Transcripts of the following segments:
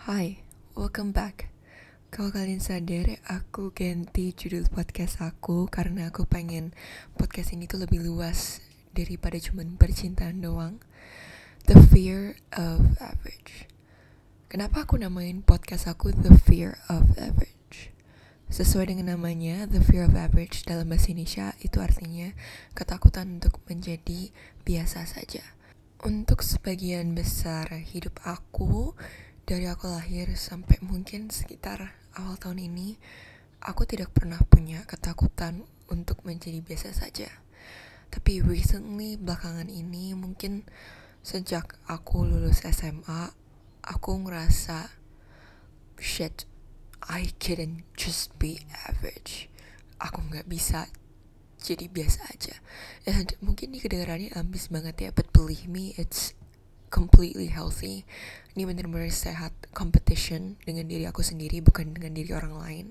Hi, welcome back. Kalau kalian sadar, aku ganti judul podcast aku karena aku pengen podcast ini tuh lebih luas daripada cuman percintaan doang. The Fear of Average. Kenapa aku namain podcast aku The Fear of Average? Sesuai dengan namanya, The Fear of Average dalam bahasa Indonesia itu artinya ketakutan untuk menjadi biasa saja. Untuk sebagian besar hidup aku, dari aku lahir sampai mungkin sekitar awal tahun ini, aku tidak pernah punya ketakutan untuk menjadi biasa saja. Tapi recently, belakangan ini, mungkin sejak aku lulus SMA, aku ngerasa, shit, I couldn't just be average. Aku gak bisa jadi biasa aja. And mungkin ini kedengarannya ambis banget ya, but believe me, it's completely healthy. Ini benar-benar sehat, competition dengan diri aku sendiri, bukan dengan diri orang lain.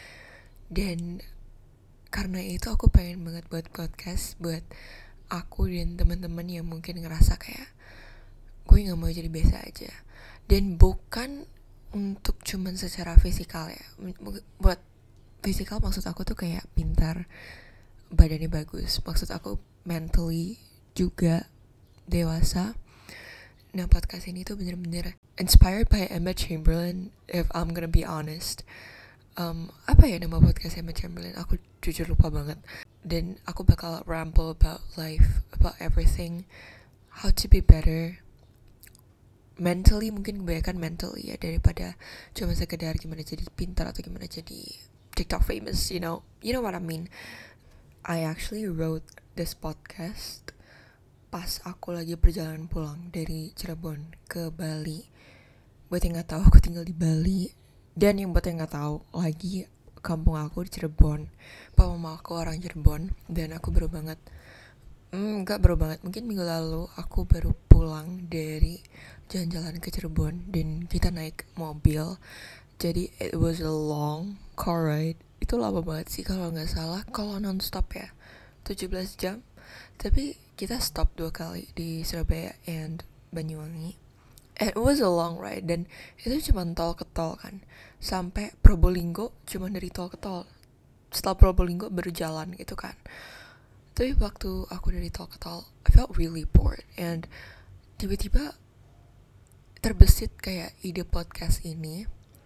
Dan karena itu aku pengen banget buat podcast buat aku dan teman-teman yang mungkin ngerasa kayak gue nggak mau jadi biasa aja. Dan bukan untuk cuman secara fisikal ya. Buat fisikal maksud aku tuh kayak pintar, badannya bagus. Maksud aku mentally juga dewasa. Nah, podcast ini tuh bener-bener inspired by Emma Chamberlain, if I'm gonna be honest. Apa ya nama podcast Emma Chamberlain? Aku jujur lupa banget. Dan aku bakal ramble about life, about everything, how to be better. Mentally, mungkin kebanyakan mentally ya, daripada cuma sekedar gimana jadi pintar atau gimana jadi TikTok famous, you know what I mean. I actually wrote this podcast pas aku lagi perjalanan pulang dari Cirebon ke Bali. Buat yang nggak tahu, aku tinggal di Bali. Dan yang buat yang nggak tahu lagi, kampung aku di Cirebon. Papa mama aku orang Cirebon dan aku baru banget, mungkin minggu lalu aku baru pulang dari jalan-jalan ke Cirebon dan kita naik mobil. Jadi it was a long car ride. Itu lama banget sih kalau nggak salah, kalau non-stop ya 17 jam. Tapi kita stop 2 kali di Surabaya and Banyuwangi. And it was a long ride dan itu cuma tol ke tol kan. Sampai Probolinggo cuma dari tol ke tol. Setelah Probolinggo baru jalan gitu kan. Tapi waktu aku dari tol ke tol, I felt really bored. And tiba-tiba terbesit kayak ide podcast ini.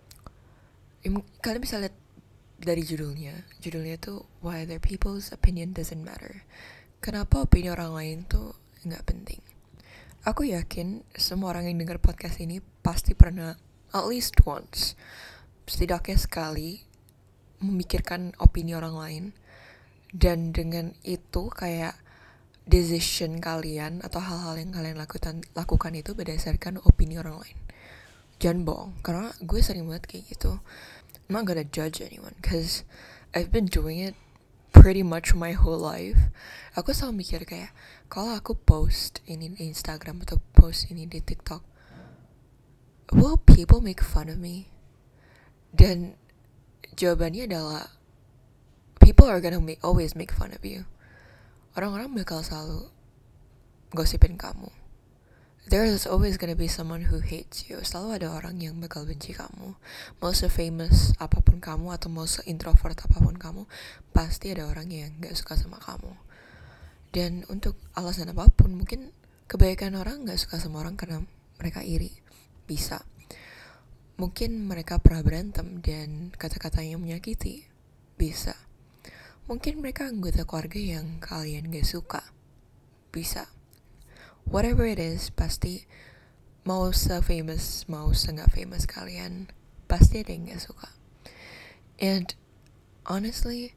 Kalian bisa lihat dari judulnya. Judulnya tuh Why Other People's Opinion Doesn't Matter. Kenapa opini orang lain tuh gak penting. Aku yakin semua orang yang dengar podcast ini pasti pernah at least once, setidaknya sekali, memikirkan opini orang lain. Dan dengan itu kayak decision kalian atau hal-hal yang kalian lakukan itu berdasarkan opini orang lain. Jangan bohong, karena gue sering banget kayak gitu. I'm not gonna judge anyone, cause I've been doing it pretty much my whole life. Aku selalu mikir kayak, kalau aku post ini di Instagram atau post ini di TikTok, will people make fun of me? Dan jawabannya adalah, people are gonna always make fun of you. Orang-orang bakal selalu gosipin kamu. There is always gonna be someone who hates you. Selalu ada orang yang bakal benci kamu. Mau se-famous apapun kamu atau mau se-introvert apapun kamu, pasti ada orang yang gak suka sama kamu. Dan untuk alasan apapun, mungkin kebanyakan orang gak suka sama orang karena mereka iri. Bisa. Mungkin mereka pernah berantem dan kata-katanya menyakiti. Bisa. Mungkin mereka anggota keluarga yang kalian gak suka. Bisa. Whatever it is, pasti mau se-famous, mau se-gak famous kalian, pasti ada yang gak suka. And honestly,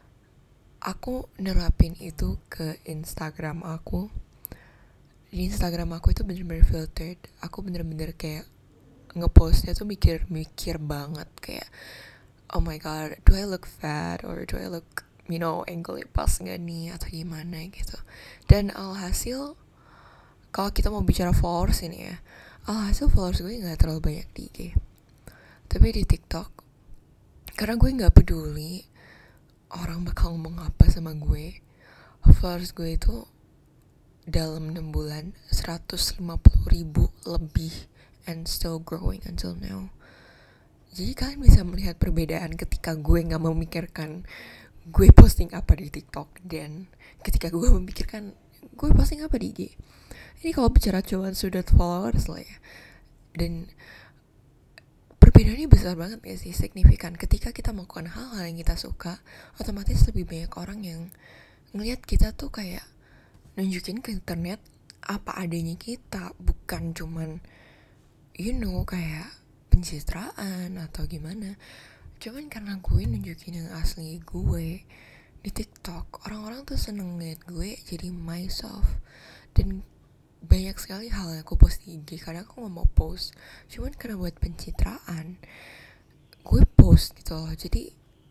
aku nerapin itu ke Instagram aku. Di Instagram aku itu bener-bener filtered. Aku bener-bener kayak ngepostnya tuh mikir banget. Kayak, oh my god, do I look fat? Or do I look, angle pas gak nih? Atau gimana gitu. Dan alhasil, kalau kita mau bicara followers ini ya, alhasil followers gue gak terlalu banyak di IG. Tapi di TikTok, karena gue gak peduli orang bakal ngomong apa sama gue, followers gue itu dalam 6 bulan 150,000 lebih, and still growing until now. Jadi kalian bisa melihat perbedaan ketika gue gak memikirkan gue posting apa di TikTok dan ketika gue memikirkan gue posting apa di IG. Ini kalau bicara cuma sudut followers lah ya. Dan perbedaannya besar banget ya sih, signifikan. Ketika kita melakukan hal-hal yang kita suka, otomatis lebih banyak orang yang ngelihat kita tuh kayak nunjukin ke internet apa adanya kita, bukan cuman kayak pencitraan atau gimana. Cuman karena gue nunjukin yang asli gue di TikTok, orang-orang tuh seneng ngeliat gue jadi myself. Dan banyak sekali hal yang aku post di IG, kadang aku gak mau post cuman karena buat pencitraan gue post gitu loh. Jadi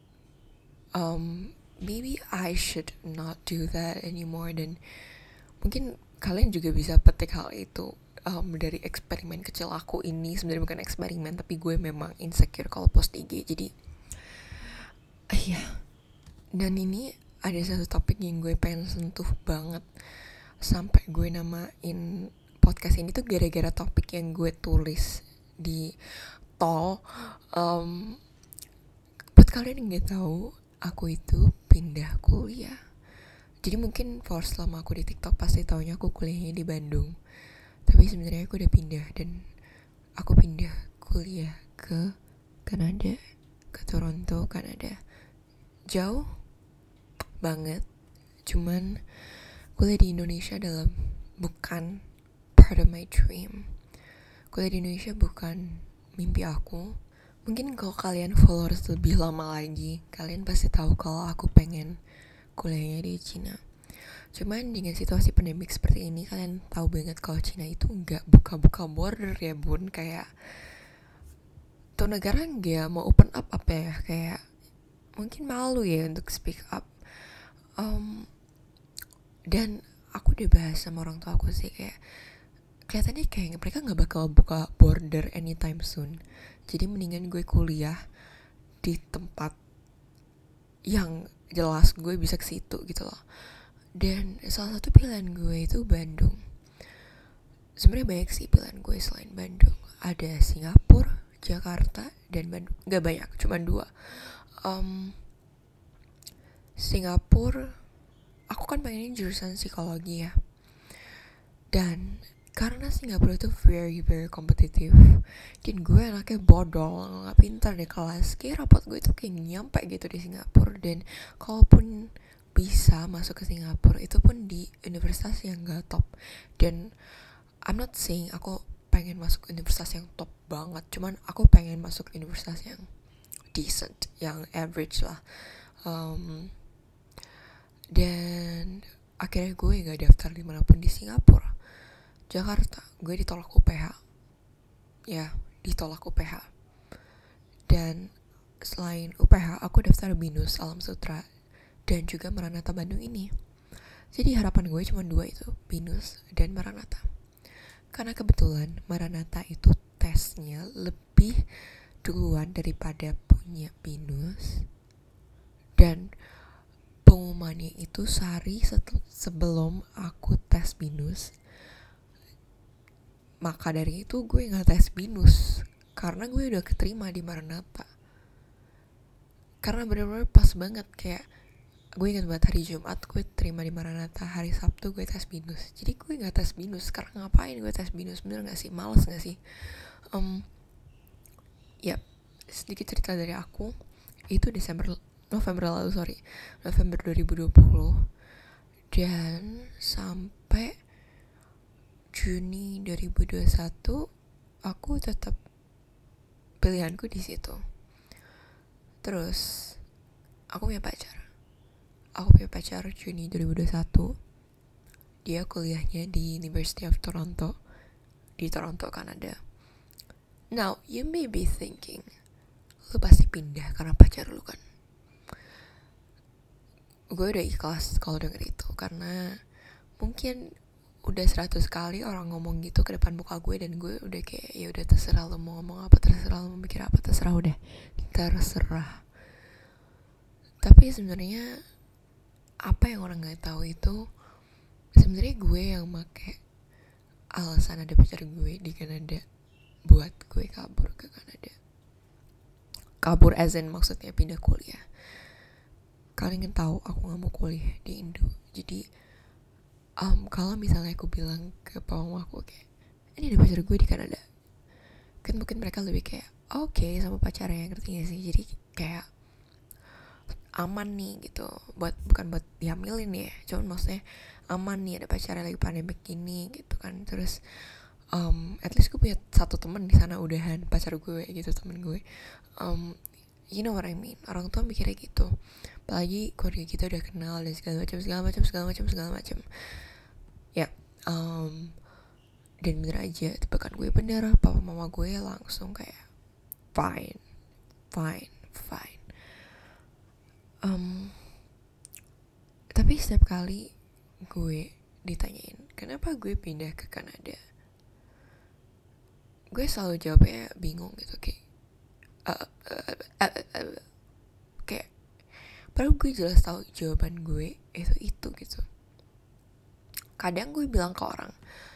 maybe I should not do that anymore. Dan mungkin kalian juga bisa petik hal itu dari eksperimen kecil aku ini. Sebenarnya bukan eksperimen, tapi gue memang insecure kalau post IG. Jadi iya. Dan ini ada satu topik yang gue pengen sentuh banget, sampai gue namain podcast ini tuh gara-gara topik yang gue tulis di tol. Buat kalian yang gak tahu, aku itu pindah kuliah. Jadi mungkin for selama aku di TikTok pasti taunya aku kuliahnya di Bandung. Tapi sebenarnya aku udah pindah, dan aku pindah kuliah ke Kanada, ke Toronto, Kanada. Jauh banget. Cuman kuliah di Indonesia bukan part of my dream. Kuliah di Indonesia bukan mimpi aku. Mungkin kalau kalian followers lebih lama lagi, kalian pasti tahu kalau aku pengen kuliahnya di Cina. Cuman dengan situasi pandemik seperti ini, kalian tahu banget kalau Cina itu nggak buka-buka border ya bun. Kayak tuh negara nggak mau open up apa ya, kayak mungkin malu ya untuk speak up. Dan aku udah bahas sama orang tua aku sih, kayak kelihatannya kayak mereka nggak bakal buka border anytime soon. Jadi mendingan gue kuliah di tempat yang jelas gue bisa ke situ gitu loh. Dan salah satu pilihan gue itu Bandung. Sebenarnya banyak sih pilihan gue selain Bandung. Ada Singapura, Jakarta, dan Bandung. Gak banyak, cuma 2. Singapura, aku kan pengennya jurusan psikologi ya. Dan karena Singapura itu very very kompetitif, dan gue anaknya bodol, gak pintar di kelas, kayak rapot gue tuh kayak nyampe gitu di Singapura. Dan kalaupun bisa masuk ke Singapura, itu pun di universitas yang gak top. Dan I'm not saying aku pengen masuk universitas yang top banget, cuman aku pengen masuk universitas yang decent, yang average lah. Dan akhirnya gue gak daftar dimanapun di Singapura. Jakarta, gue ditolak UPH. Ya, ditolak UPH. Dan selain UPH, aku daftar BINUS Alam Sutra dan juga Maranatha Bandung ini. Jadi harapan gue cuma 2 itu, BINUS dan Maranatha. Karena kebetulan Maranatha itu tesnya lebih duluan daripada punya BINUS. Dan pengumumannya itu sehari sebelum aku tes BINUS. Maka dari itu gue gak tes BINUS, karena gue udah keterima di Maranatha. Karena bener-bener pas banget, kayak gue ingat banget hari Jumat gue terima di Maranatha, hari Sabtu gue tes BINUS. Jadi gue gak tes BINUS, karena ngapain gue tes BINUS, bener gak sih, males gak sih. Ya, sedikit cerita dari aku. Itu November 2020. Dan sampai Juni 2021 aku tetap pilihanku di situ. Terus aku punya pacar Juni 2021. Dia kuliahnya di University of Toronto, di Toronto, Kanada. Now you may be thinking, lu pasti pindah karena pacar lu kan. Gue udah ikhlas kalau denger itu, karena mungkin udah 100 kali orang ngomong gitu ke depan muka gue, dan gue udah kayak ya udah terserah lo mau ngomong apa, terserah lo mau mikir apa, terserah. Tapi sebenarnya apa yang orang nggak tahu itu, sebenarnya gue yang make alasan ada pacar gue di Kanada buat gue kabur ke Kanada. kabur as in maksudnya pindah kuliah. Kalian kan tahu aku nggak mau kuliah di Indo. Jadi kalau misalnya aku bilang ke papa mama aku kayak ini ada pacar gue di Kanada, kan mungkin mereka lebih kayak oke, sama pacarnya, ngerti gak sih? Jadi kayak aman nih gitu, bukan buat dihamilin ya, cuman maksudnya aman nih ada pacarnya lagi pandemik gini gitu kan. Terus at least gue punya satu temen di sana udahan pacar gue gitu, temen gue. You know what I mean, orang tua mikirnya gitu, apalagi keluarga kita udah kenal dan segala macam ya. Dan bener aja tebakan gue bener, papa mama gue langsung kayak fine. Tapi setiap kali gue ditanyain kenapa gue pindah ke Kanada, gue selalu jawabnya bingung gitu, kayak kayak padahal gue jelas tahu jawaban gue itu gitu. Kadang gue bilang ke orang,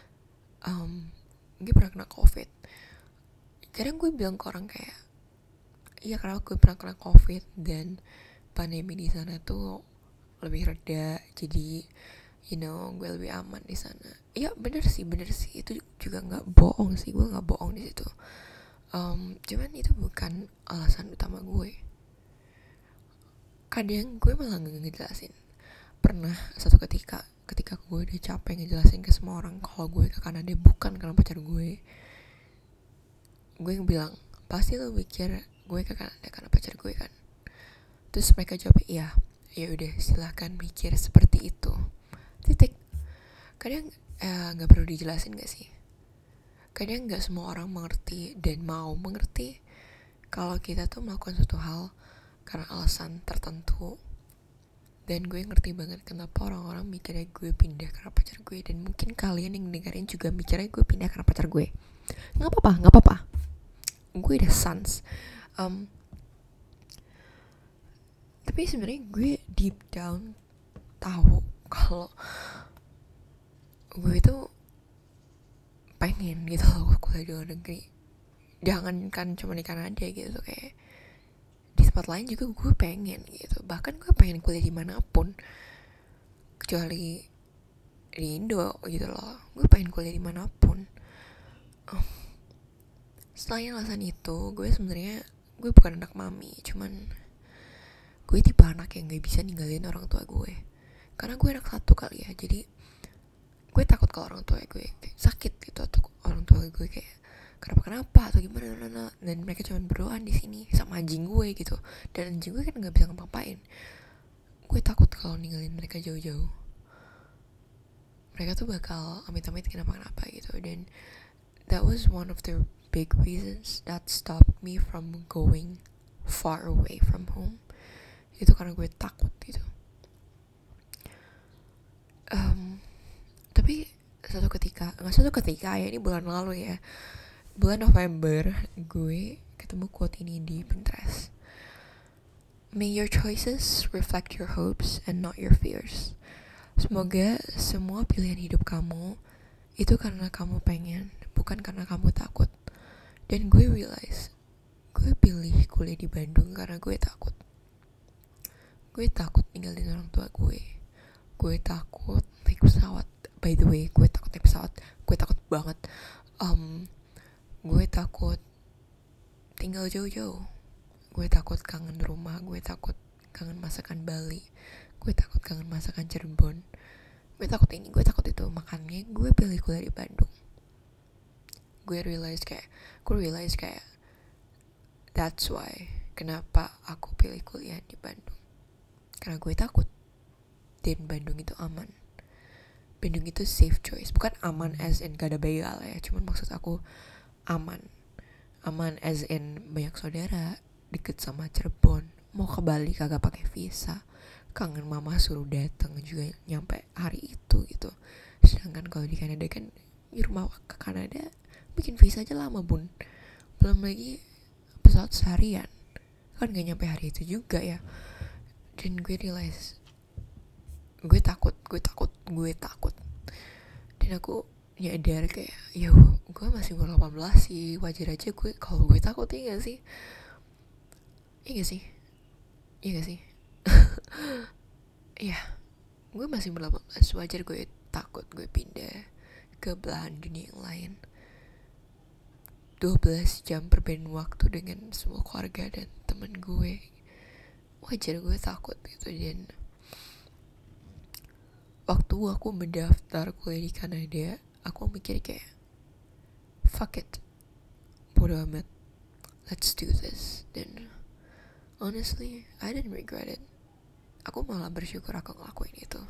gue pernah kena COVID. Kadang gue bilang ke orang kayak, iya karena gue pernah kena COVID dan pandemi di sana tuh lebih reda, jadi gue lebih aman di sana. Ya bener sih, itu juga nggak bohong sih, gue nggak bohong di situ. Cuman itu bukan alasan utama gue. Kadang gue malah nggak ngejelasin. Pernah satu ketika gue udah capek ngejelasin ke semua orang kalau gue ke Kanada bukan karena pacar gue bilang pasti lo mikir gue ke Kanada karena pacar gue kan. Terus mereka jawab iya, ya udah silahkan mikir seperti itu, titik. Kadang nggak perlu dijelasin gak sih? Kadang nggak semua orang mengerti dan mau mengerti kalau kita tuh melakukan suatu hal karena alasan tertentu. Dan gue ngerti banget kenapa orang-orang mikirnya gue pindah karena pacar gue, dan mungkin kalian yang dengerin juga mikirnya gue pindah karena pacar gue. Nggak apa-apa, gue udah sans. Tapi sebenarnya gue deep down tahu kalau gue itu pengen gitu loh kuliah di luar negeri. Jangankan cuma di Kanada gitu, kayak di tempat lain juga gue pengen gitu. Bahkan gue pengen kuliah dimanapun kecuali di Indo gitu loh. Gue pengen kuliah dimanapun. Selain alasan itu, gue sebenarnya gue bukan anak mami, cuman gue tipe anak yang gak bisa ninggalin orang tua gue. Karena gue anak satu kali ya, jadi gue takut kalau orang tua gue sakit gitu, atau orang tua gue kayak kenapa atau gimana. Dan mereka cuma berdoa di sini sama anjing gue gitu, dan anjing gue kan nggak bisa ngapa-ngapain. Gue takut kalau ninggalin mereka jauh-jauh, mereka tuh bakal amit-amit kenapa-kenapa gitu. Dan that was one of the big reasons that stopped me from going far away from home. Itu karena gue takut gitu. Tapi satu ketika ya, ini bulan lalu ya, bulan November, gue ketemu quote ini di Pinterest. May your choices reflect your hopes and not your fears. Semoga semua pilihan hidup kamu itu karena kamu pengen, bukan karena kamu takut. Dan gue realize, gue pilih kuliah di Bandung karena gue takut. Gue takut ninggalin orang tua gue. Gue takut naik pesawat. By the way, gue takut naik pesawat. Gue takut banget. Gue takut tinggal jauh-jauh. Gue takut kangen rumah. Gue takut kangen masakan Bali. Gue takut kangen masakan Cirebon. Gue takut ini, gue takut itu. Makanya gue pilih kuliah di Bandung. Gue realize kayak that's why kenapa aku pilih kuliah di Bandung. Karena gue takut. Dan Bandung itu aman. Bandung itu safe choice. Bukan aman as in gak ada begal ya, cuman maksud aku aman as in banyak saudara, deket sama Cirebon, mau ke Bali kagak pakai visa, kangen mama suruh datang juga nyampe hari itu gitu. Sedangkan kalau di Kanada kan, di rumah ke Kanada bikin visa aja lama bun, belum lagi pesawat seharian, kan gak nyampe hari itu juga ya. Dan gue realize gue takut. Dan aku nyadar kayak, ya gue masih umur 18 sih, wajar aja gue kalau gue takut, ya gak sih? Iya gak sih? Iya gak sih? Iya, gue masih ber-18, wajar gue takut gue pindah ke belahan dunia yang lain. 12 jam perbedaan waktu dengan semua keluarga dan temen gue. Wajar gue takut gitu. Dan waktu aku mendaftar kuliah di Kanada, aku mikir kayak fuck it, bodo amat, let's do this. Dan honestly, I didn't regret it. Aku malah bersyukur aku ngelakuin itu.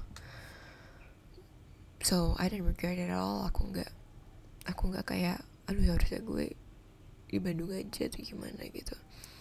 So I didn't regret it at all. Aku nggak kayak aduh harusnya gue di Bandung aja tuh gimana gitu.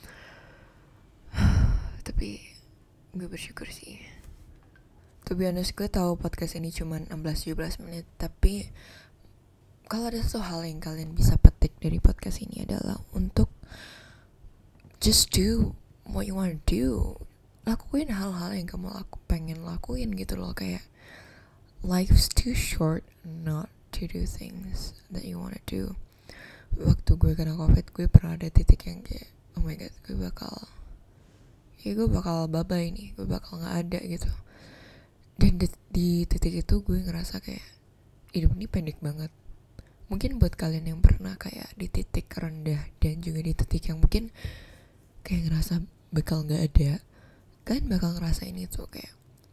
Tapi gue bersyukur sih. To be honest, gue tahu podcast ini cuma 16-17 menit, tapi kalau ada satu hal yang kalian bisa petik dari podcast ini adalah untuk just do what you wanna do. Lakuin hal-hal yang kamu pengen lakuin gitu loh. Kayak life's too short not to do things that you wanna do. Waktu gue kena covid, gue pernah ada titik yang kayak oh my god, gue bakal bye-bye nih, gue bakal gak ada gitu. Dan di titik itu gue ngerasa kayak hidup ini pendek banget. Mungkin buat kalian yang pernah kayak di titik rendah dan juga di titik yang mungkin kayak ngerasa bakal gak ada, kalian bakal ngerasain itu kayak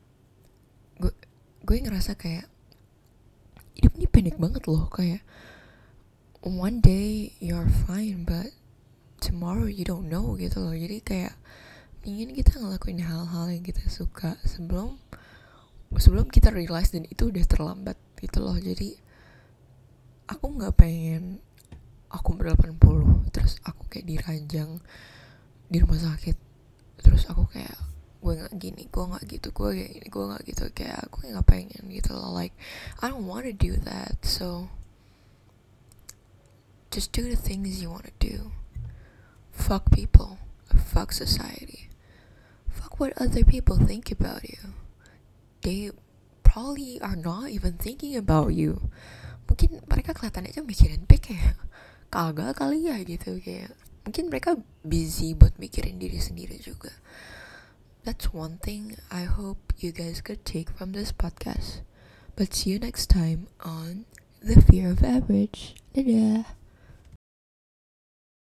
gue ngerasa kayak hidup ini pendek banget loh. Kayak one day you're fine but tomorrow you don't know gitu loh. Jadi kayak ingin kita ngelakuin hal-hal yang kita suka sebelum kita realize dan itu udah terlambat gitu loh. Jadi aku gak pengen aku ber-80 terus aku kayak diranjang di rumah sakit, terus aku kayak gue gak gini, gue gak gitu, gue kayak gini, gue gak gitu. Kayak aku gak pengen gitu loh. Like I don't want to do that. So just do the things you want to do. Fuck people, fuck society, fuck what other people think about you. They probably are not even thinking about you. Mungkin mereka kelihatannya aja mikirin kayak kagak kali ya gitu. Kayak mungkin mereka busy buat mikirin diri sendiri juga. That's one thing I hope you guys could take from this podcast. But see you next time on The Fear of Average. Dadah.